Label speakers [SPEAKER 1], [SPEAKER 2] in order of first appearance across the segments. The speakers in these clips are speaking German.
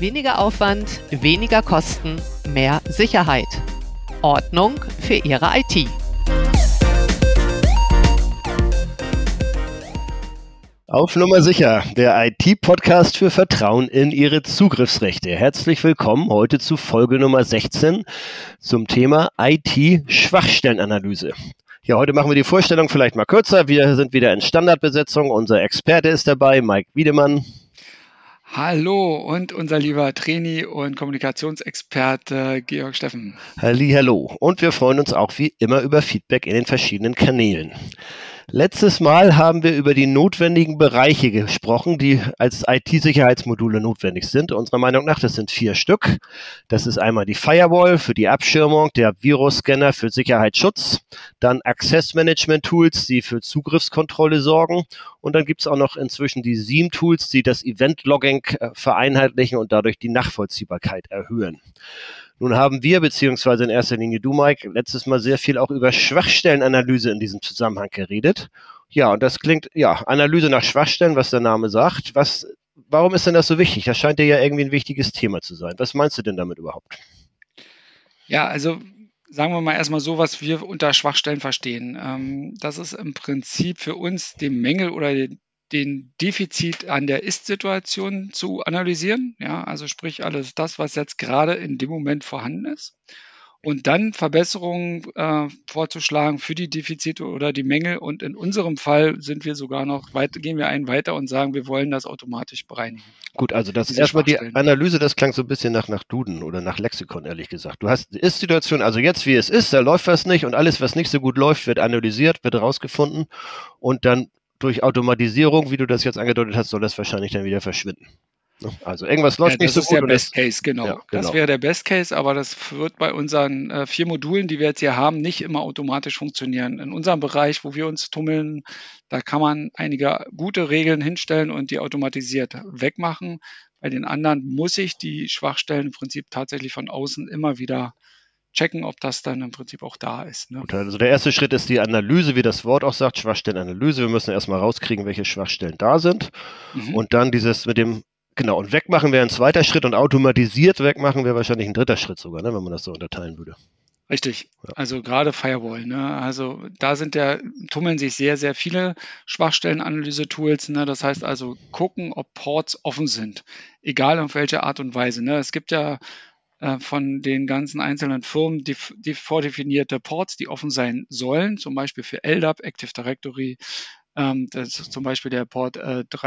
[SPEAKER 1] Weniger Aufwand, weniger Kosten, mehr Sicherheit. Ordnung für Ihre IT.
[SPEAKER 2] Auf Nummer sicher, der IT-Podcast für Vertrauen in Ihre Zugriffsrechte. Herzlich willkommen heute zu Folge Nummer 16 zum Thema IT-Schwachstellenanalyse. Ja, heute machen wir die Vorstellung vielleicht mal kürzer. Wir sind wieder in Standardbesetzung. Unser Experte ist dabei, Mike Wiedemann.
[SPEAKER 3] Hallo und unser lieber Trainee und Kommunikationsexperte Georg Steffen.
[SPEAKER 2] Hallihallo. Und wir freuen uns auch wie immer über Feedback in den verschiedenen Kanälen. Letztes Mal haben wir über die notwendigen Bereiche gesprochen, die als IT-Sicherheitsmodule notwendig sind. Unserer Meinung nach, das sind 4 Stück. Das ist einmal die Firewall für die Abschirmung, der Virusscanner für Sicherheitsschutz, dann Access-Management-Tools, die für Zugriffskontrolle sorgen, und dann gibt es auch noch inzwischen die SIEM-Tools, die das Event-Logging vereinheitlichen und dadurch die Nachvollziehbarkeit erhöhen. Nun haben wir, beziehungsweise in erster Linie du, Mike, letztes Mal sehr viel auch über Schwachstellenanalyse in diesem Zusammenhang geredet. Ja, und das klingt, Analyse nach Schwachstellen, was der Name sagt. Warum ist denn das so wichtig? Das scheint dir ja irgendwie ein wichtiges Thema zu sein. Was meinst du denn damit überhaupt?
[SPEAKER 3] Ja, also sagen wir mal erstmal so, was wir unter Schwachstellen verstehen. Das ist im Prinzip für uns den Mängel oder den Defizit an der Ist-Situation zu analysieren. Ja, also sprich alles das, was jetzt gerade in dem Moment vorhanden ist. Und dann Verbesserungen vorzuschlagen für die Defizite oder die Mängel. Und in unserem Fall sind wir sogar noch gehen wir einen weiter und sagen, wir wollen das automatisch bereinigen.
[SPEAKER 2] Gut, also das ist erstmal die Analyse, das klang so ein bisschen nach Duden oder nach Lexikon, ehrlich gesagt. Du hast die Ist-Situation, also jetzt wie es ist, da läuft was nicht und alles, was nicht so gut läuft, wird analysiert, wird rausgefunden und dann durch Automatisierung, wie du das jetzt angedeutet hast, soll das wahrscheinlich dann wieder verschwinden. Also irgendwas läuft nicht so gut.
[SPEAKER 3] Das ist der Best Case, genau.
[SPEAKER 2] Ja, genau.
[SPEAKER 3] Das wäre der Best Case, aber das wird bei unseren 4 Modulen, die wir jetzt hier haben, nicht immer automatisch funktionieren. In unserem Bereich, wo wir uns tummeln, da kann man einige gute Regeln hinstellen und die automatisiert wegmachen. Bei den anderen muss ich die Schwachstellen im Prinzip tatsächlich von außen immer wieder checken, ob das dann im Prinzip auch da ist. Ne?
[SPEAKER 2] Gut, also der erste Schritt ist die Analyse, wie das Wort auch sagt, Schwachstellenanalyse. Wir müssen erstmal rauskriegen, welche Schwachstellen da sind. Und dann dieses mit dem, genau, und wegmachen wäre ein zweiter Schritt und automatisiert wegmachen wäre wahrscheinlich ein dritter Schritt sogar, ne, wenn man das so unterteilen würde.
[SPEAKER 3] Richtig, also gerade Firewall, ne? Also da tummeln sich sehr, sehr viele Schwachstellenanalyse-Tools, ne? Das heißt also gucken, ob Ports offen sind, egal auf welche Art und Weise, ne? Es gibt ja von den ganzen einzelnen Firmen die vordefinierte Ports, die offen sein sollen, zum Beispiel für LDAP, Active Directory, das ist zum Beispiel der Port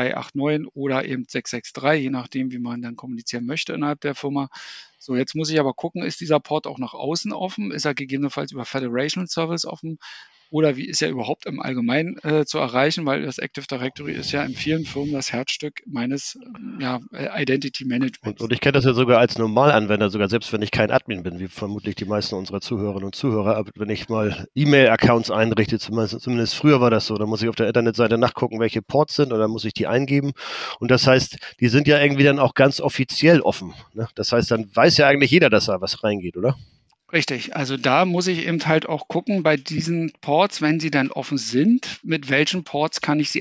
[SPEAKER 3] 389 oder eben 663, je nachdem, wie man dann kommunizieren möchte innerhalb der Firma. So, jetzt muss ich aber gucken, ist dieser Port auch nach außen offen? Ist er gegebenenfalls über Federation Service offen? Oder wie ist er überhaupt im Allgemeinen zu erreichen? Weil das Active Directory ist ja in vielen Firmen das Herzstück meines Identity Managements.
[SPEAKER 2] Und ich kenne das ja sogar als Normalanwender, sogar selbst wenn ich kein Admin bin, wie vermutlich die meisten unserer Zuhörerinnen und Zuhörer. Aber wenn ich mal E-Mail-Accounts einrichte, zumindest früher war das so, dann muss ich auf der Internetseite nachgucken, welche Ports sind, oder muss ich die eingeben. Und das heißt, die sind ja irgendwie dann auch ganz offiziell offen. Ne? Das heißt, dann weiß ja eigentlich jeder, dass da was reingeht, oder?
[SPEAKER 3] Richtig, also da muss ich eben halt auch gucken bei diesen Ports, wenn sie dann offen sind, mit welchen Ports kann ich sie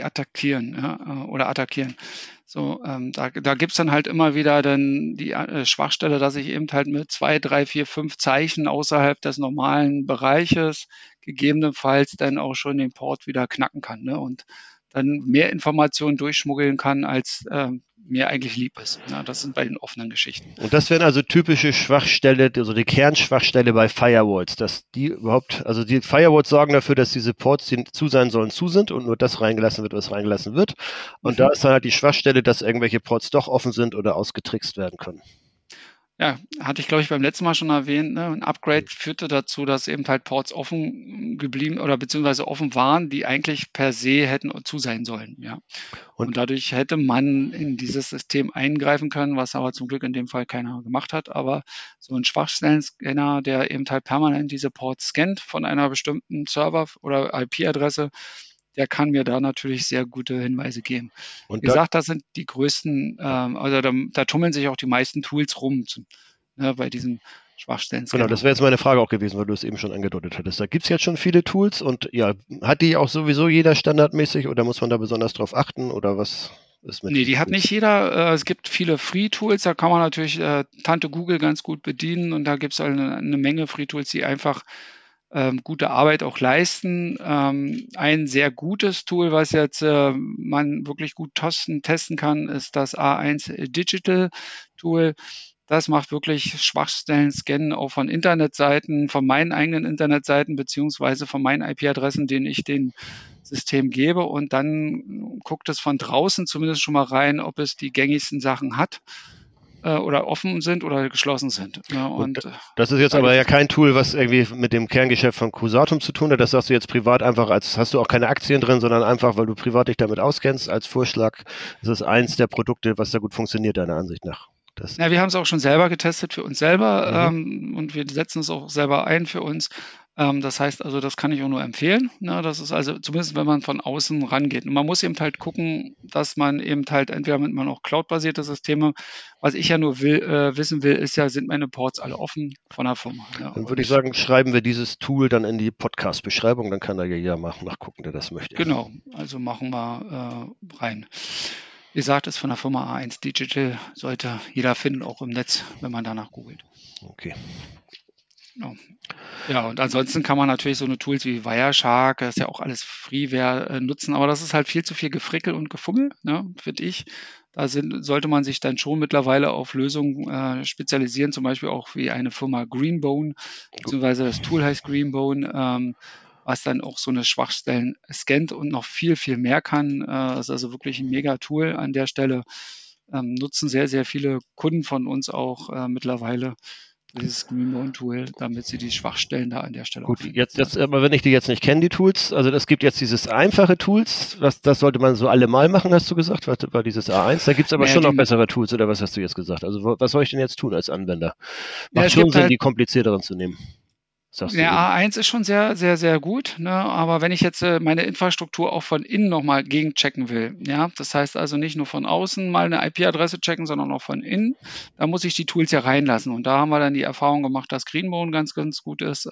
[SPEAKER 3] attackieren. So, da gibt's dann halt immer wieder dann die Schwachstelle, dass ich eben halt mit 2, 3, 4, 5 Zeichen außerhalb des normalen Bereiches gegebenenfalls dann auch schon den Port wieder knacken kann, ne? Und dann mehr Informationen durchschmuggeln kann, als mir eigentlich lieb ist. Ja, das sind bei den offenen Geschichten.
[SPEAKER 2] Und das wären also typische Schwachstelle, also die Kernschwachstelle bei Firewalls, dass die überhaupt, also die Firewalls sorgen dafür, dass diese Ports, die zu sein sollen, zu sind und nur das reingelassen wird, was reingelassen wird. Und da ist dann halt die Schwachstelle, dass irgendwelche Ports doch offen sind oder ausgetrickst werden können.
[SPEAKER 3] Ja, hatte ich, glaube ich, beim letzten Mal schon erwähnt, ne? Ein Upgrade führte dazu, dass eben halt Ports offen geblieben oder beziehungsweise offen waren, die eigentlich per se hätten zu sein sollen, ja. Und dadurch hätte man in dieses System eingreifen können, was aber zum Glück in dem Fall keiner gemacht hat. Aber so ein Schwachstellen-Scanner, der eben halt permanent diese Ports scannt von einer bestimmten Server- oder IP-Adresse, der kann mir da natürlich sehr gute Hinweise geben.
[SPEAKER 2] Und
[SPEAKER 3] Wie gesagt, das sind die größten, also da tummeln sich auch die meisten Tools rum bei diesen Schwachstellen.
[SPEAKER 2] Genau, das wäre jetzt meine Frage auch gewesen, weil du es eben schon angedeutet hattest. Da gibt es jetzt schon viele Tools und ja, hat die auch sowieso jeder standardmäßig oder muss man da besonders drauf achten oder was? ist mit
[SPEAKER 3] Nee, die hat
[SPEAKER 2] Tools?
[SPEAKER 3] nicht jeder. Es gibt viele Free-Tools, da kann man natürlich Tante Google ganz gut bedienen und da gibt es eine Menge Free-Tools, die einfach gute Arbeit auch leisten. Ein sehr gutes Tool, was jetzt man wirklich gut testen kann, ist das A1 Digital Tool. Das macht wirklich Schwachstellen-Scannen auch von Internetseiten, von meinen eigenen Internetseiten beziehungsweise von meinen IP-Adressen, denen ich den System gebe. Und dann guckt es von draußen zumindest schon mal rein, ob es die gängigsten Sachen hat oder offen sind oder geschlossen sind. Ne?
[SPEAKER 2] Gut,
[SPEAKER 3] Und
[SPEAKER 2] das ist jetzt
[SPEAKER 3] da
[SPEAKER 2] aber
[SPEAKER 3] gibt
[SPEAKER 2] ja
[SPEAKER 3] es
[SPEAKER 2] kein Tool, was irgendwie mit dem Kerngeschäft von Cusatum zu tun hat. Das sagst du jetzt privat einfach als, hast du auch keine Aktien drin, sondern einfach, weil du privat dich damit auskennst, als Vorschlag. Das ist eins der Produkte, was da gut funktioniert, deiner Ansicht nach. Das,
[SPEAKER 3] Ja, wir haben es auch schon selber getestet für uns selber
[SPEAKER 2] mhm.
[SPEAKER 3] und wir setzen es auch selber ein für uns. Das heißt also, das kann ich auch nur empfehlen. Ne? Das ist also zumindest, wenn man von außen rangeht. Und man muss eben halt gucken, dass man eben halt entweder mit man auch Cloud-basierte Systeme, was ich ja nur wissen will, ist ja, sind meine Ports alle offen von der Firma. Ne?
[SPEAKER 2] Dann würde ich
[SPEAKER 3] Und
[SPEAKER 2] sagen, schreiben wir dieses Tool dann in die Podcast-Beschreibung, dann kann da ja jeder mal nachgucken, der das möchte.
[SPEAKER 3] genau, also machen wir rein. Wie gesagt, ist von der Firma A1 Digital, sollte jeder finden, auch im Netz, wenn man danach googelt.
[SPEAKER 2] Okay.
[SPEAKER 3] Genau. Ja, und ansonsten kann man natürlich so eine Tools wie Wireshark, das ist ja auch alles Freeware, nutzen, aber das ist halt viel zu viel Gefrickel und Gefummel, ne, finde ich. Sollte man sich dann schon mittlerweile auf Lösungen spezialisieren, zum Beispiel auch wie eine Firma Greenbone, beziehungsweise das Tool heißt Greenbone, was dann auch so eine Schwachstellen scannt und noch viel, viel mehr kann. Das ist also wirklich ein Mega-Tool an der Stelle. Nutzen sehr, sehr viele Kunden von uns auch mittlerweile dieses Greenbone-Tool, damit sie die Schwachstellen da an der Stelle auch
[SPEAKER 2] Gut,
[SPEAKER 3] finden.
[SPEAKER 2] jetzt, aber wenn ich die jetzt nicht kenne, die Tools, also es gibt jetzt dieses einfache Tools, das sollte man so allemal machen, hast du gesagt, was war dieses A1, da gibt es aber
[SPEAKER 3] Naja,
[SPEAKER 2] schon noch bessere Tools, oder was hast du jetzt gesagt? Also was soll ich denn jetzt tun als Anwender?
[SPEAKER 3] ja,
[SPEAKER 2] Macht
[SPEAKER 3] es
[SPEAKER 2] schon
[SPEAKER 3] gibt
[SPEAKER 2] Sinn,
[SPEAKER 3] halt,
[SPEAKER 2] die komplizierteren zu nehmen, sagst du
[SPEAKER 3] der
[SPEAKER 2] eben.
[SPEAKER 3] A1 ist schon sehr, sehr, sehr gut, ne? Aber wenn ich jetzt meine Infrastruktur auch von innen nochmal gegenchecken will, ja, das heißt also nicht nur von außen mal eine IP-Adresse checken, sondern auch von innen, da muss ich die Tools ja reinlassen. Und da haben wir dann die Erfahrung gemacht, dass Greenbone ganz, ganz gut ist,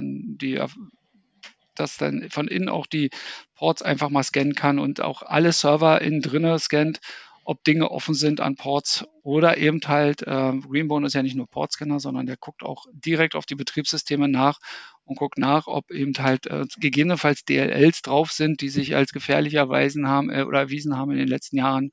[SPEAKER 3] dass dann von innen auch die Ports einfach mal scannen kann und auch alle Server innen drinne scannt, ob Dinge offen sind an Ports oder eben halt, Greenbone ist ja nicht nur Portscanner, sondern der guckt auch direkt auf die Betriebssysteme nach und guckt nach, ob eben halt gegebenenfalls DLLs drauf sind, die sich als gefährlich erweisen haben oder erwiesen haben in den letzten Jahren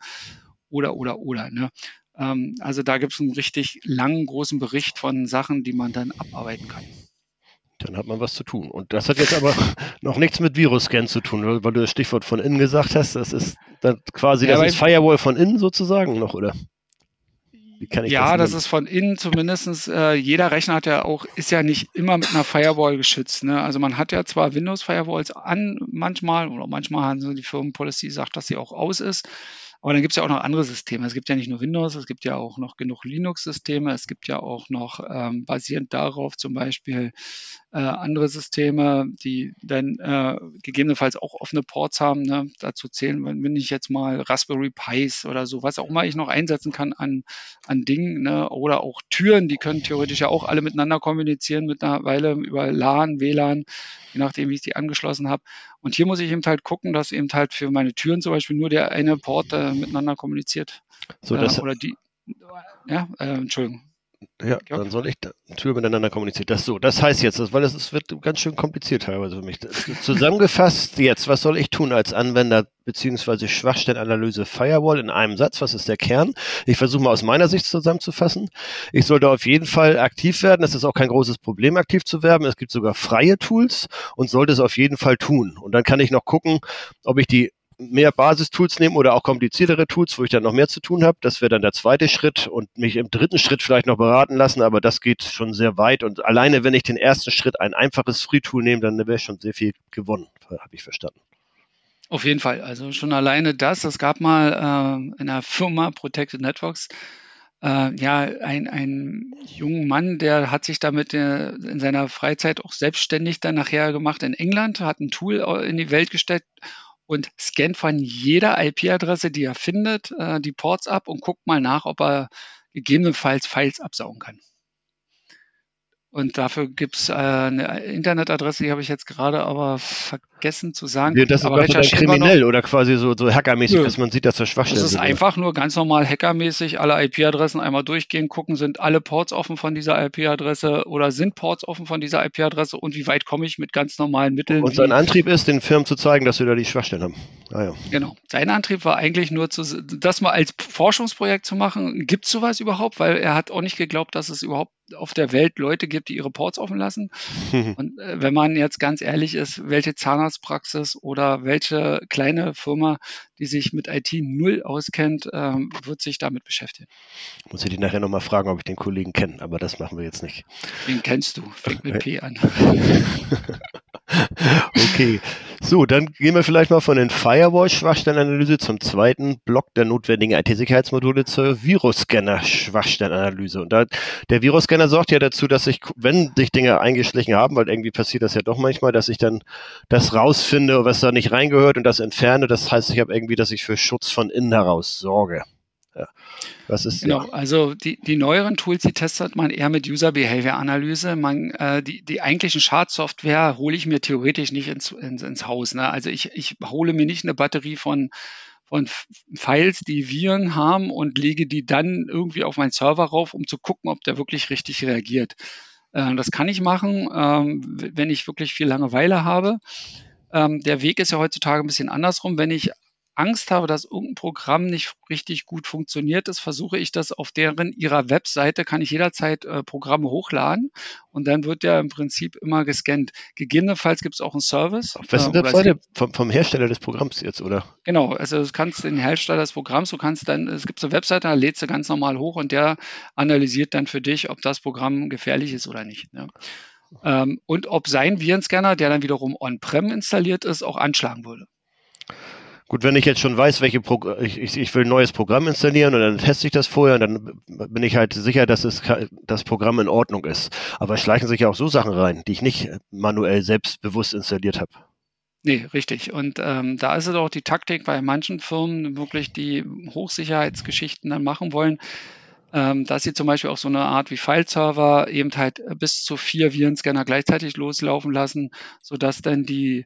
[SPEAKER 3] oder. Ne? Also da gibt es einen richtig langen, großen Bericht von Sachen, die man dann abarbeiten kann.
[SPEAKER 2] Dann hat man was zu tun. Und das hat jetzt aber noch nichts mit Virus-Scan zu tun, weil du das Stichwort von innen gesagt hast. Das ist dann quasi,
[SPEAKER 3] Ja,
[SPEAKER 2] das
[SPEAKER 3] bei
[SPEAKER 2] ist Firewall von innen sozusagen noch, oder? Wie kann ich das
[SPEAKER 3] Ja, das
[SPEAKER 2] nennen?
[SPEAKER 3] ist von innen zumindestens, jeder Rechner hat ja auch ist ja nicht immer mit einer Firewall geschützt, ne? Also, man hat ja zwar Windows-Firewalls an manchmal oder manchmal haben sie die Firmenpolicy sagt, dass sie auch aus ist, aber dann gibt's ja auch noch andere Systeme. Es gibt ja nicht nur Windows, es gibt ja auch noch genug Linux-Systeme. Es gibt ja auch noch, basierend darauf zum Beispiel, andere Systeme, die dann, gegebenenfalls auch offene Ports haben, ne? Dazu zählen, wenn ich jetzt mal Raspberry Pis oder so, was auch immer ich noch einsetzen kann an Dingen, ne? Oder auch Türen, die können theoretisch ja auch alle miteinander kommunizieren mittlerweile über LAN, WLAN, je nachdem, wie ich die angeschlossen habe. Und hier muss ich eben halt gucken, dass eben halt für meine Türen zum Beispiel nur der eine Port miteinander kommuniziert.
[SPEAKER 2] So, das,
[SPEAKER 3] Oder die, ja, Entschuldigung,
[SPEAKER 2] ja,
[SPEAKER 3] Georg?
[SPEAKER 2] dann soll ich da Tür miteinander kommunizieren. Das so, das heißt jetzt, weil es wird ganz schön kompliziert teilweise für mich. Zusammengefasst jetzt, was soll ich tun als Anwender beziehungsweise Schwachstellenanalyse Firewall in einem Satz? Was ist der Kern? Ich versuche mal aus meiner Sicht zusammenzufassen. Ich sollte auf jeden Fall aktiv werden. Es ist auch kein großes Problem, aktiv zu werden. Es gibt sogar freie Tools und sollte es auf jeden Fall tun. Und dann kann ich noch gucken, ob ich die mehr Basistools nehmen oder auch kompliziertere Tools, wo ich dann noch mehr zu tun habe. Das wäre dann der zweite Schritt und mich im dritten Schritt vielleicht noch beraten lassen, aber das geht schon sehr weit. Und alleine, wenn ich den ersten Schritt ein einfaches Free-Tool nehme, dann wäre schon sehr viel gewonnen, habe ich verstanden.
[SPEAKER 3] Auf jeden Fall. Also schon alleine das. Es gab mal in der Firma Protected Networks ja einen jungen Mann, der hat sich damit in seiner Freizeit auch selbstständig dann nachher gemacht in England, hat ein Tool in die Welt gestellt und scannt von jeder IP-Adresse, die er findet, die Ports ab und guckt mal nach, ob er gegebenenfalls Files absaugen kann. Und dafür gibt es eine Internetadresse, die habe ich jetzt gerade aber vergessen zu sagen.
[SPEAKER 2] Das
[SPEAKER 3] Aber
[SPEAKER 2] macht er dann
[SPEAKER 3] recherchieren wir noch.
[SPEAKER 2] kriminell oder quasi so hackermäßig,
[SPEAKER 3] Nö.
[SPEAKER 2] dass man sieht, dass da
[SPEAKER 3] Das
[SPEAKER 2] Schwachstellen
[SPEAKER 3] ist
[SPEAKER 2] sind. Oder?
[SPEAKER 3] einfach nur ganz normal hackermäßig alle IP-Adressen einmal durchgehen, gucken, sind alle Ports offen von dieser IP-Adresse oder sind Ports offen von dieser IP-Adresse und wie weit komme ich mit ganz normalen Mitteln
[SPEAKER 2] Und sein
[SPEAKER 3] wie
[SPEAKER 2] Antrieb ist, den Firmen zu zeigen, dass wir da die Schwachstellen haben. Ah, ja.
[SPEAKER 3] Genau. Sein Antrieb war eigentlich nur, das mal als Forschungsprojekt zu machen. Gibt es sowas überhaupt? Weil er hat auch nicht geglaubt, dass es überhaupt auf der Welt Leute gibt, die ihre Ports offen lassen. Und wenn man jetzt ganz ehrlich ist, welche Zahnarztpraxis oder welche kleine Firma, die sich mit IT null auskennt, wird sich damit beschäftigen?
[SPEAKER 2] Muss ich dich nachher nochmal fragen, ob ich den Kollegen kenne, aber das machen wir jetzt nicht.
[SPEAKER 3] Den kennst du, fängt mit P an.
[SPEAKER 2] Okay, so, dann gehen wir vielleicht mal von den Firewall-Schwachstellenanalyse zum zweiten Block der notwendigen IT-Sicherheitsmodule zur Virusscanner-Schwachstellenanalyse. Und der Virusscanner sorgt ja dazu, dass ich, wenn sich Dinge eingeschlichen haben, weil irgendwie passiert das ja doch manchmal, dass ich dann das rausfinde, was da nicht reingehört und das entferne. Das heißt, ich habe irgendwie, dass ich für Schutz von innen heraus sorge. Ja. Was ist
[SPEAKER 3] Genau, also die neueren Tools, die testet man eher mit User-Behavior-Analyse. Die eigentlichen Schadsoftware hole ich mir theoretisch nicht ins Haus. Ne? Also ich hole mir nicht eine Batterie von Files, die Viren haben und lege die dann irgendwie auf meinen Server rauf, um zu gucken, ob der wirklich richtig reagiert. Das kann ich machen, wenn ich wirklich viel Langeweile habe. Der Weg ist ja heutzutage ein bisschen andersrum. Wenn ich Angst habe, dass irgendein Programm nicht richtig gut funktioniert ist, versuche ich das auf ihrer Webseite, kann ich jederzeit Programme hochladen und dann wird der im Prinzip immer gescannt. Gegebenenfalls gibt es auch einen Service.
[SPEAKER 2] auf wessen Webseite? Vom Hersteller des Programms jetzt, oder?
[SPEAKER 3] Genau, also du kannst den Hersteller des Programms, es gibt so eine Webseite, da lädst du ganz normal hoch und der analysiert dann für dich, ob das Programm gefährlich ist oder nicht. Ne? Und ob sein Virenscanner, der dann wiederum on-prem installiert ist, auch anschlagen würde.
[SPEAKER 2] Gut, wenn ich jetzt schon weiß, ich will ein neues Programm installieren und dann teste ich das vorher und dann bin ich halt sicher, dass das Programm in Ordnung ist. Aber es schleichen sich ja auch so Sachen rein, die ich nicht manuell selbstbewusst installiert habe.
[SPEAKER 3] Nee, richtig. Und da ist es auch die Taktik bei manchen Firmen, wirklich die Hochsicherheitsgeschichten dann machen wollen, dass sie zum Beispiel auch so eine Art wie File-Server eben halt bis zu 4 Virenscanner gleichzeitig loslaufen lassen, sodass dann die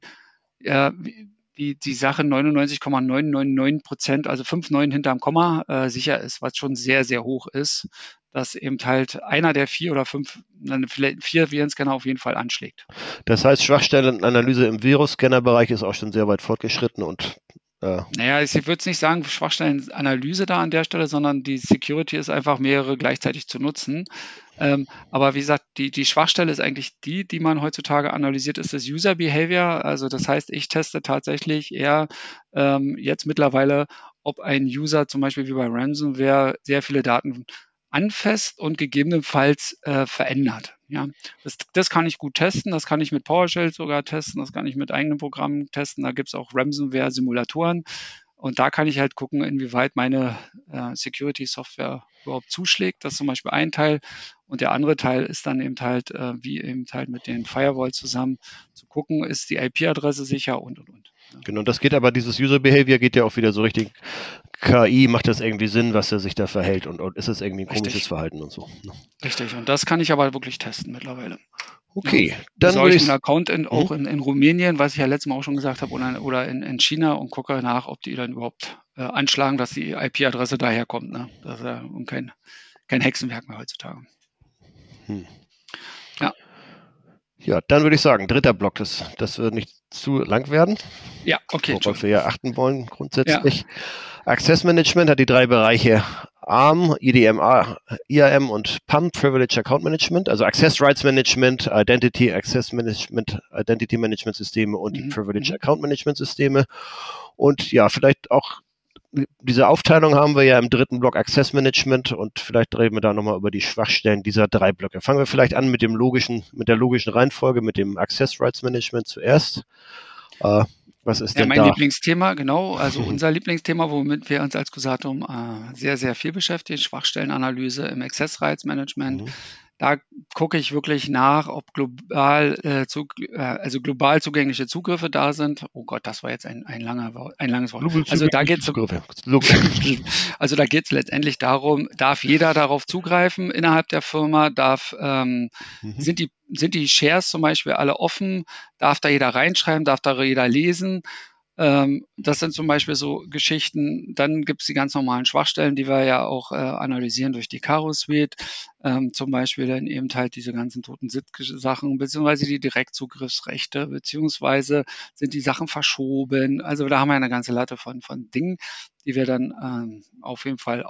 [SPEAKER 3] Sache 99,999%, also 5 Neun hinterm Komma, sicher ist, was schon sehr, sehr hoch ist, dass eben halt einer der 4 oder 5, vielleicht 4 Virenscanner auf jeden Fall anschlägt.
[SPEAKER 2] Das heißt, Schwachstellenanalyse im Virusscanner-Bereich ist auch schon sehr weit fortgeschritten und
[SPEAKER 3] naja, ich würde es nicht sagen, Schwachstellenanalyse da an der Stelle, sondern die Security ist einfach mehrere gleichzeitig zu nutzen. Aber wie gesagt, die Schwachstelle ist eigentlich die man heutzutage analysiert, ist das User Behavior. Also das heißt, ich teste tatsächlich eher jetzt mittlerweile, ob ein User zum Beispiel wie bei Ransomware sehr viele Daten anfasst und gegebenenfalls verändert. Ja, das kann ich gut testen, das kann ich mit PowerShell sogar testen, das kann ich mit eigenen Programmen testen. Da gibt es auch Ransomware-Simulatoren und da kann ich halt gucken, inwieweit meine Security-Software überhaupt zuschlägt. Das ist zum Beispiel ein Teil. Und der andere Teil ist dann eben halt, wie eben halt mit den Firewalls zusammen zu gucken, ist die IP-Adresse sicher und. Ja.
[SPEAKER 2] Genau, das geht aber, dieses User Behavior geht ja auch wieder so richtig KI, macht das irgendwie Sinn, was er sich da verhält und ist es irgendwie ein komisches Verhalten und so.
[SPEAKER 3] Richtig, und das kann ich aber wirklich testen mittlerweile.
[SPEAKER 2] Okay,
[SPEAKER 3] ja.
[SPEAKER 2] dann
[SPEAKER 3] habe ich einen Account auch in Rumänien, was ich ja letztes Mal auch schon gesagt habe, oder in China und gucke nach, ob die dann überhaupt anschlagen, dass die IP-Adresse daherkommt. Ne? Das ist ja kein Hexenwerk mehr heutzutage. Ja.
[SPEAKER 2] Ja, dann würde ich sagen, dritter Block, das wird nicht zu lang werden.
[SPEAKER 3] Ja, okay.
[SPEAKER 2] Worauf wir ja achten wollen grundsätzlich. Ja. Access Management hat die 3 Bereiche ARM, IAM und PAM, Privilege Account Management, also Access Rights Management, Access Management, Identity Management Systeme und die Privilege Account Management Systeme. Und ja, vielleicht auch diese Aufteilung haben wir ja im dritten Block Access Management und vielleicht reden wir da nochmal über die Schwachstellen dieser 3 Blöcke. Fangen wir vielleicht an mit der logischen Reihenfolge, mit dem Access Rights Management zuerst. Was ist denn
[SPEAKER 3] mein
[SPEAKER 2] da?
[SPEAKER 3] Lieblingsthema, genau. Also unser Lieblingsthema, womit wir uns als Cusatum sehr, sehr viel beschäftigen, Schwachstellenanalyse im Access Rights Management. Da gucke ich wirklich nach, ob global zugängliche Zugriffe da sind. Oh Gott, das war jetzt ein langes Wort.
[SPEAKER 2] Global
[SPEAKER 3] Also da
[SPEAKER 2] zugängliche
[SPEAKER 3] geht's
[SPEAKER 2] Zugriffe.
[SPEAKER 3] also da geht es letztendlich darum, darf jeder darauf zugreifen innerhalb der Firma?
[SPEAKER 2] Mhm.
[SPEAKER 3] Sind die Shares zum Beispiel alle offen? Darf da jeder reinschreiben? Darf da jeder lesen? Das sind zum Beispiel so Geschichten. Dann gibt es die ganz normalen Schwachstellen, die wir ja auch analysieren durch die Karo Suite. Zum Beispiel dann eben halt diese ganzen toten Sachen, beziehungsweise die Direktzugriffsrechte, beziehungsweise sind die Sachen verschoben. Also da haben wir eine ganze Latte von Dingen, die wir dann auf jeden Fall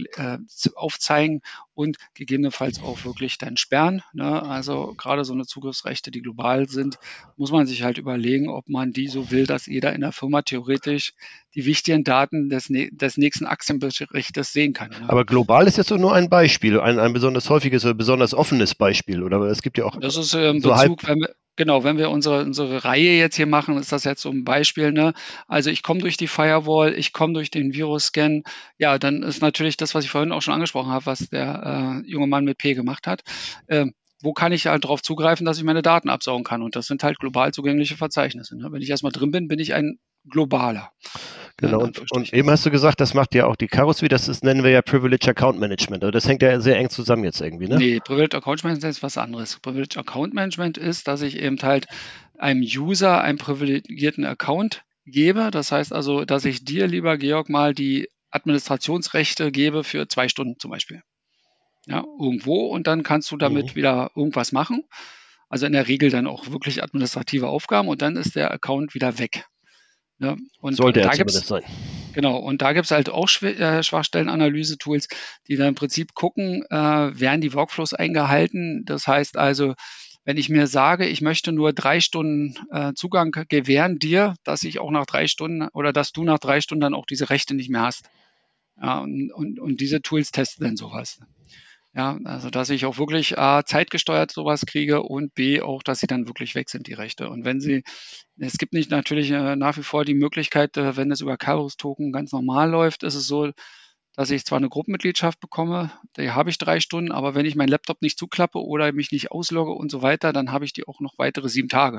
[SPEAKER 3] aufzeigen und gegebenenfalls auch wirklich dann sperren. Ne? Also gerade so eine Zugriffsrechte, die global sind, muss man sich halt überlegen, ob man die so will, dass jeder in der Firma theoretisch die wichtigen Daten des nächsten Aktienberichtes sehen kann. Ne?
[SPEAKER 2] Aber global ist jetzt doch nur ein Beispiel, ein besonders häufiges oder besonders offenes Beispiel. Oder es gibt ja auch
[SPEAKER 3] Das ist im
[SPEAKER 2] so halb.
[SPEAKER 3] Bezug, wenn wir unsere Reihe jetzt hier machen, ist das jetzt so ein Beispiel. Ne? Also ich komme durch die Firewall, ich komme durch den Virus-Scan. Ja, dann ist natürlich das, was ich vorhin auch schon angesprochen habe, was der junge Mann mit P gemacht hat. Wo kann ich halt darauf zugreifen, dass ich meine Daten absaugen kann? Und das sind halt global zugängliche Verzeichnisse. Ne? Wenn ich erstmal drin bin, bin ich ein globaler. Ne,
[SPEAKER 2] Genau,
[SPEAKER 3] in
[SPEAKER 2] und
[SPEAKER 3] Anführungsstrichen.
[SPEAKER 2] eben hast du gesagt, das macht ja auch die Karo Suite, das ist, nennen wir ja Privileged Account Management. Also das hängt ja sehr eng zusammen jetzt irgendwie, ne?
[SPEAKER 3] Nee, Privileged Account Management ist was anderes. Privileged Account Management ist, dass ich eben halt einem User einen privilegierten Account gebe. Das heißt also, dass ich dir, lieber Georg, mal die Administrationsrechte gebe für 2 Stunden zum Beispiel. Ja, irgendwo und dann kannst du
[SPEAKER 2] Mhm.
[SPEAKER 3] damit wieder irgendwas machen. Also in der Regel dann auch wirklich administrative Aufgaben und dann ist der Account wieder weg. Ne? Und
[SPEAKER 2] Sollte er
[SPEAKER 3] da
[SPEAKER 2] zumindest
[SPEAKER 3] gibt's
[SPEAKER 2] sein.
[SPEAKER 3] Genau, und da gibt's halt auch Schwachstellenanalyse-Tools, die dann im Prinzip gucken, werden die Workflows eingehalten. Das heißt also, wenn ich mir sage, ich möchte nur 3 Stunden Zugang gewähren dir, dass ich auch nach 3 Stunden oder dass du nach 3 Stunden dann auch diese Rechte nicht mehr hast. Ja, und diese Tools testen dann sowas. Ja, also dass ich auch wirklich A, zeitgesteuert sowas kriege und B, auch, dass sie dann wirklich weg sind, die Rechte. Und es gibt nicht natürlich nach wie vor die Möglichkeit, wenn es über Kairos-Token ganz normal läuft, ist es so, dass ich zwar eine Gruppenmitgliedschaft bekomme, die habe ich 3 Stunden, aber wenn ich meinen Laptop nicht zuklappe oder mich nicht auslogge und so weiter, dann habe ich die auch noch weitere 7 Tage.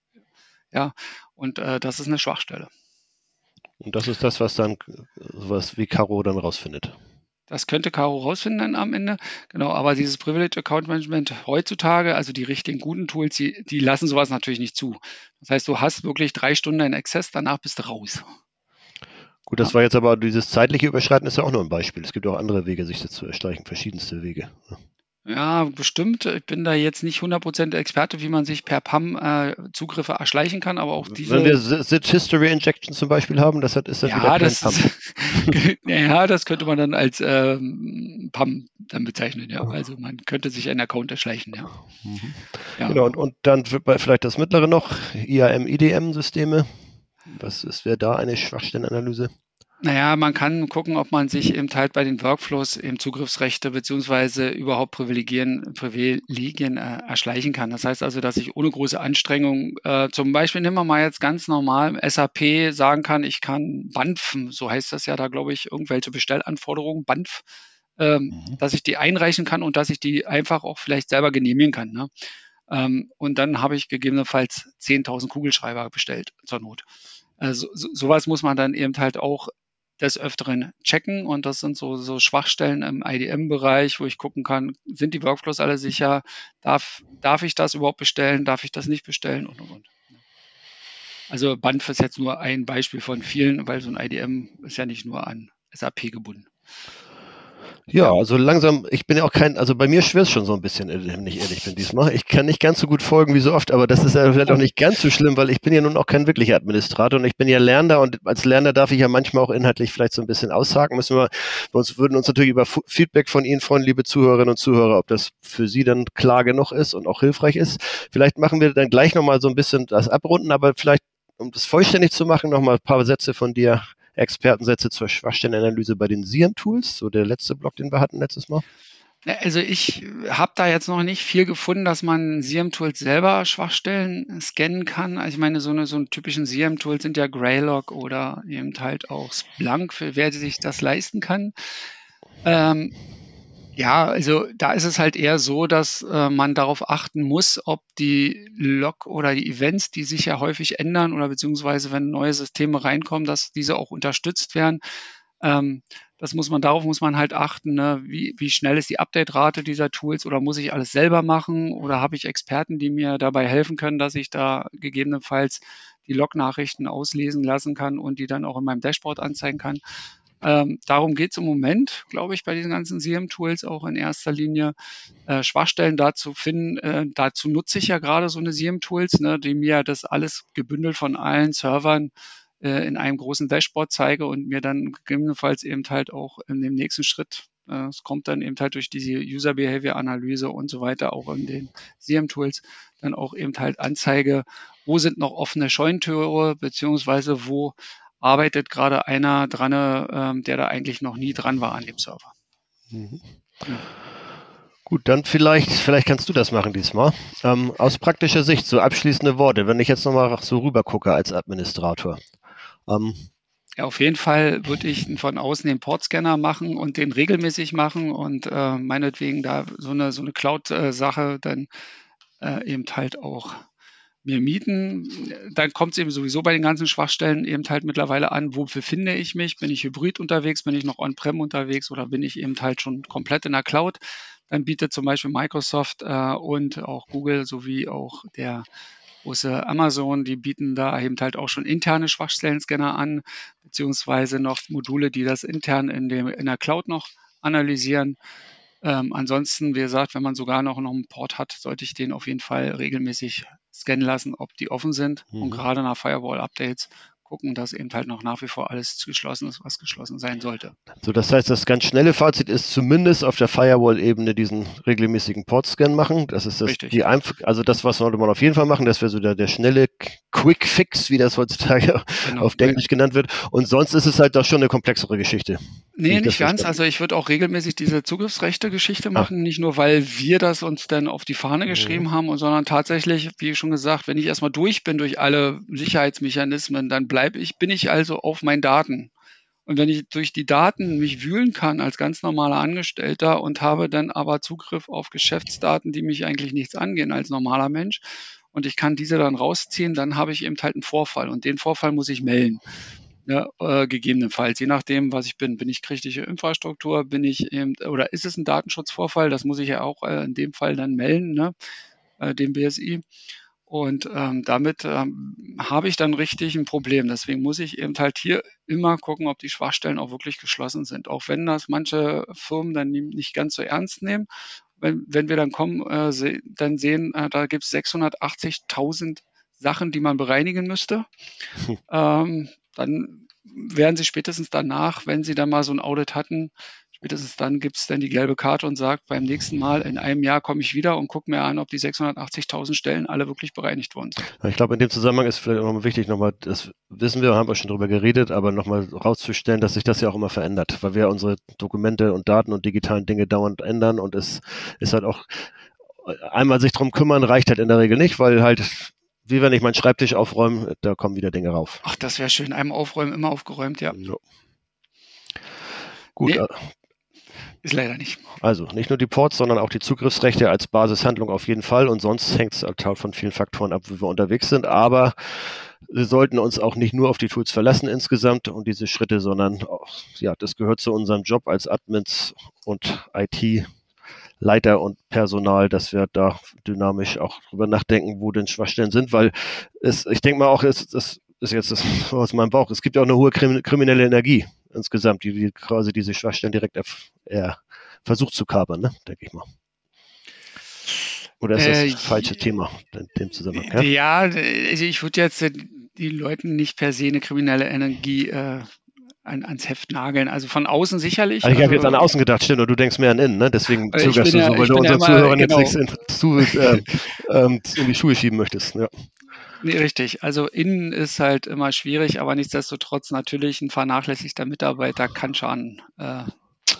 [SPEAKER 3] Ja, und das ist eine Schwachstelle.
[SPEAKER 2] Und das ist das, was dann sowas wie Karo dann rausfindet.
[SPEAKER 3] Das könnte Caro rausfinden dann am Ende. Genau, aber dieses Privileged Account Management heutzutage, also die richtigen guten Tools, die lassen sowas natürlich nicht zu. Das heißt, du hast wirklich 3 Stunden in Access, danach bist du raus.
[SPEAKER 2] Gut,
[SPEAKER 3] Ja.
[SPEAKER 2] das war jetzt aber dieses zeitliche Überschreiten ist ja auch nur ein Beispiel. Es gibt auch andere Wege, sich das zu erstreichen, verschiedenste Wege.
[SPEAKER 3] Ja, bestimmt. Ich bin da jetzt nicht 100% Experte, wie man sich per PAM Zugriffe erschleichen kann, aber auch
[SPEAKER 2] Wenn wir
[SPEAKER 3] diese,
[SPEAKER 2] SID History Injection zum Beispiel haben, ist das wieder
[SPEAKER 3] ja,
[SPEAKER 2] kein
[SPEAKER 3] das
[SPEAKER 2] Pump.
[SPEAKER 3] ist, ja, das könnte man dann als PAM dann bezeichnen, ja. Also man könnte sich einen Account erschleichen, ja.
[SPEAKER 2] Mhm.
[SPEAKER 3] Ja.
[SPEAKER 2] Genau, und dann vielleicht das mittlere noch, IAM, IDM-Systeme. Wäre da eine Schwachstellenanalyse?
[SPEAKER 3] Naja, man kann gucken, ob man sich eben halt bei den Workflows eben Zugriffsrechte beziehungsweise überhaupt Privilegien erschleichen kann. Das heißt also, dass ich ohne große Anstrengung, zum Beispiel nehmen wir mal jetzt ganz normal SAP sagen kann, ich kann BANFen, so heißt das ja da, glaube ich, irgendwelche Bestellanforderungen, BANF, dass ich die einreichen kann und dass ich die einfach auch vielleicht selber genehmigen kann. Ne? Und dann habe ich gegebenenfalls 10.000 Kugelschreiber bestellt zur Not. Also sowas muss man dann eben halt auch des Öfteren checken und das sind so Schwachstellen im IDM-Bereich, wo ich gucken kann, sind die Workflows alle sicher? Darf ich das überhaupt bestellen? Darf ich das nicht bestellen? Und. Also BANF ist jetzt nur ein Beispiel von vielen, weil so ein IDM ist ja nicht nur an SAP gebunden.
[SPEAKER 2] Ja,
[SPEAKER 3] Ja.
[SPEAKER 2] also langsam, ich bin ja auch also bei mir schwirrt es schon so ein bisschen, wenn ich ehrlich bin diesmal. Ich kann nicht ganz so gut folgen wie so oft, aber das ist ja vielleicht auch nicht ganz so schlimm, weil ich bin ja nun auch kein wirklicher Administrator und ich bin ja Lernender und als Lernender darf ich ja manchmal auch inhaltlich vielleicht so ein bisschen aushaken. Würden uns natürlich über Feedback von Ihnen freuen, liebe Zuhörerinnen und Zuhörer, ob das für Sie dann klar genug ist und auch hilfreich ist. Vielleicht machen wir dann gleich nochmal so ein bisschen das abrunden, aber vielleicht, um das vollständig zu machen, nochmal ein paar Sätze von dir. Expertensätze zur Schwachstellenanalyse bei den SIEM-Tools, so der letzte Block, den wir hatten letztes Mal.
[SPEAKER 3] Also ich habe da jetzt noch nicht viel gefunden, dass man SIEM-Tools selber Schwachstellen scannen kann. Also ich meine, so einen typischen SIEM-Tool sind ja Graylog oder eben halt auch Splunk, für wer sich das leisten kann. Ja, also da ist es halt eher so, dass man darauf achten muss, ob die Log oder die Events, die sich ja häufig ändern oder beziehungsweise wenn neue Systeme reinkommen, dass diese auch unterstützt werden. Ähm, darauf muss man halt achten, ne? Wie schnell ist die Update-Rate dieser Tools oder muss ich alles selber machen oder habe ich Experten, die mir dabei helfen können, dass ich da gegebenenfalls die Log-Nachrichten auslesen lassen kann und die dann auch in meinem Dashboard anzeigen kann. Darum geht es im Moment, glaube ich, bei diesen ganzen SIEM-Tools auch in erster Linie, Schwachstellen da zu finden. Dazu nutze ich ja gerade so eine SIEM-Tools, ne, die mir das alles gebündelt von allen Servern in einem großen Dashboard zeige und mir dann gegebenenfalls eben halt auch in dem nächsten Schritt, es kommt dann eben halt durch diese User Behavior Analyse und so weiter auch in den SIEM-Tools dann auch eben halt anzeige, wo sind noch offene Scheunentore, beziehungsweise wo arbeitet gerade einer dran, der da eigentlich noch nie dran war an dem Server.
[SPEAKER 2] Mhm.
[SPEAKER 3] Ja.
[SPEAKER 2] Gut, dann vielleicht kannst du das machen diesmal. Aus praktischer Sicht, so abschließende Worte, wenn ich jetzt nochmal so rüber gucke als Administrator.
[SPEAKER 3] Ja, auf jeden Fall würde ich von außen den Portscanner machen und den regelmäßig machen und meinetwegen da so eine Cloud-Sache dann eben halt auch mir mieten. Dann kommt es eben sowieso bei den ganzen Schwachstellen eben halt mittlerweile an, wo befinde ich mich? Bin ich hybrid unterwegs? Bin ich noch on-prem unterwegs oder bin ich eben halt schon komplett in der Cloud? Dann bietet zum Beispiel Microsoft und auch Google sowie auch der große Amazon, die bieten da eben halt auch schon interne Schwachstellen-Scanner an, beziehungsweise noch Module, die das intern in der Cloud noch analysieren. Ansonsten, wie gesagt, wenn man sogar noch einen Port hat, sollte ich den auf jeden Fall regelmäßig scannen lassen, ob die offen sind und gerade nach Firewall-Updates gucken, dass eben halt noch nach wie vor alles geschlossen ist, was geschlossen sein sollte.
[SPEAKER 2] So, das heißt, das ganz schnelle Fazit ist zumindest auf der Firewall-Ebene diesen regelmäßigen Port-Scan machen. Das ist
[SPEAKER 3] Richtig,
[SPEAKER 2] die
[SPEAKER 3] ja.
[SPEAKER 2] also das, was sollte man auf jeden Fall machen. Das wäre so der schnelle Quick Fix, wie das heutzutage
[SPEAKER 3] Genau.
[SPEAKER 2] auf Englisch genannt wird. Und sonst ist es halt doch schon eine komplexere Geschichte.
[SPEAKER 3] Nee, nicht ganz. Also ich würde auch regelmäßig diese Zugriffsrechte-Geschichte machen, nicht nur, weil wir das uns dann auf die Fahne geschrieben haben, sondern tatsächlich, wie schon gesagt, wenn ich erstmal durch bin durch alle Sicherheitsmechanismen, dann bin ich also auf meinen Daten. Und wenn ich durch die Daten mich wühlen kann als ganz normaler Angestellter und habe dann aber Zugriff auf Geschäftsdaten, die mich eigentlich nichts angehen als normaler Mensch, und ich kann diese dann rausziehen, dann habe ich eben halt einen Vorfall und den Vorfall muss ich melden. Ja, gegebenenfalls, je nachdem, was ich bin. Bin ich kritische Infrastruktur? Bin ich eben, oder ist es ein Datenschutzvorfall? Das muss ich ja auch in dem Fall dann melden, ne? Dem BSI. Und damit habe ich dann richtig ein Problem. Deswegen muss ich eben halt hier immer gucken, ob die Schwachstellen auch wirklich geschlossen sind. Auch wenn das manche Firmen dann nicht ganz so ernst nehmen. Wenn wir dann kommen, dann sehen, da gibt es 680.000 Sachen, die man bereinigen müsste. Dann werden sie spätestens danach, wenn sie dann mal so ein Audit hatten, spätestens dann gibt es dann die gelbe Karte und sagt, beim nächsten Mal in einem Jahr komme ich wieder und gucke mir an, ob die 680.000 Stellen alle wirklich bereinigt worden sind.
[SPEAKER 2] Ich glaube, in dem Zusammenhang ist vielleicht auch nochmal wichtig, das wissen wir, haben wir schon drüber geredet, aber nochmal rauszustellen, dass sich das ja auch immer verändert, weil wir unsere Dokumente und Daten und digitalen Dinge dauernd ändern und es ist halt auch, einmal sich drum kümmern reicht halt in der Regel nicht, weil halt, wie wenn ich meinen Schreibtisch aufräume, da kommen wieder Dinge rauf.
[SPEAKER 3] Ach, das wäre schön. Einmal aufräumen, immer aufgeräumt, ja.
[SPEAKER 2] Ja. Gut,
[SPEAKER 3] Nee, ist leider nicht.
[SPEAKER 2] also nicht nur die Ports, sondern auch die Zugriffsrechte als Basishandlung auf jeden Fall und sonst hängt es halt von vielen Faktoren ab, wie wir unterwegs sind, aber wir sollten uns auch nicht nur auf die Tools verlassen insgesamt und diese Schritte, sondern auch, ja, das gehört zu unserem Job als Admins und IT-Leiter und Personal, dass wir da dynamisch auch drüber nachdenken, wo denn Schwachstellen sind, weil ich denke mal auch, es ist jetzt das aus meinem Bauch, es gibt ja auch eine hohe kriminelle Energie insgesamt, die quasi diese Schwachstellen direkt versucht zu kapern, ne, denke ich mal. Oder ist das das falsche Thema in dem Zusammenhang?
[SPEAKER 3] Ja, also ich würde jetzt die Leuten nicht per se eine kriminelle Energie ans Heft nageln. Also von außen sicherlich.
[SPEAKER 2] Also ich habe jetzt an außen gedacht, stimmt, und du denkst mehr an innen, ne? Deswegen zögerst du so, weil du unseren Zuhörern jetzt nichts in die Schuhe schieben möchtest. Ja.
[SPEAKER 3] Nee, richtig. Also innen ist halt immer schwierig, aber nichtsdestotrotz natürlich ein vernachlässigter Mitarbeiter kann Schaden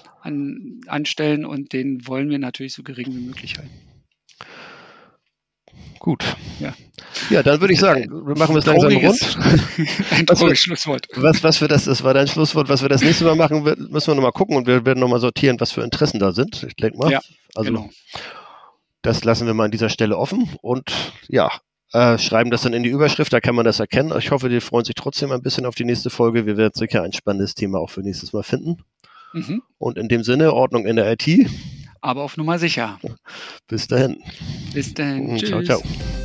[SPEAKER 3] anstellen und den wollen wir natürlich so gering wie möglich halten.
[SPEAKER 2] Gut.
[SPEAKER 3] Ja.
[SPEAKER 2] Ja, dann würde ich sagen, wir machen es langsam rund.
[SPEAKER 3] Ein trauriges Schlusswort.
[SPEAKER 2] Das war dein Schlusswort, was wir das nächste Mal machen, müssen wir nochmal gucken und wir werden nochmal sortieren, was für Interessen da sind. Ich denke mal.
[SPEAKER 3] Ja,
[SPEAKER 2] also
[SPEAKER 3] genau.
[SPEAKER 2] das lassen wir mal an dieser Stelle offen und ja, schreiben das dann in die Überschrift, da kann man das erkennen. Ich hoffe, die freuen sich trotzdem ein bisschen auf die nächste Folge. Wir werden sicher ein spannendes Thema auch für nächstes Mal finden.
[SPEAKER 3] Mhm.
[SPEAKER 2] Und in dem Sinne, Ordnung in der IT.
[SPEAKER 3] Aber auf Nummer sicher.
[SPEAKER 2] Bis dahin.
[SPEAKER 3] Bis dann.
[SPEAKER 2] Ciao,
[SPEAKER 3] Tschüss.
[SPEAKER 2] ciao.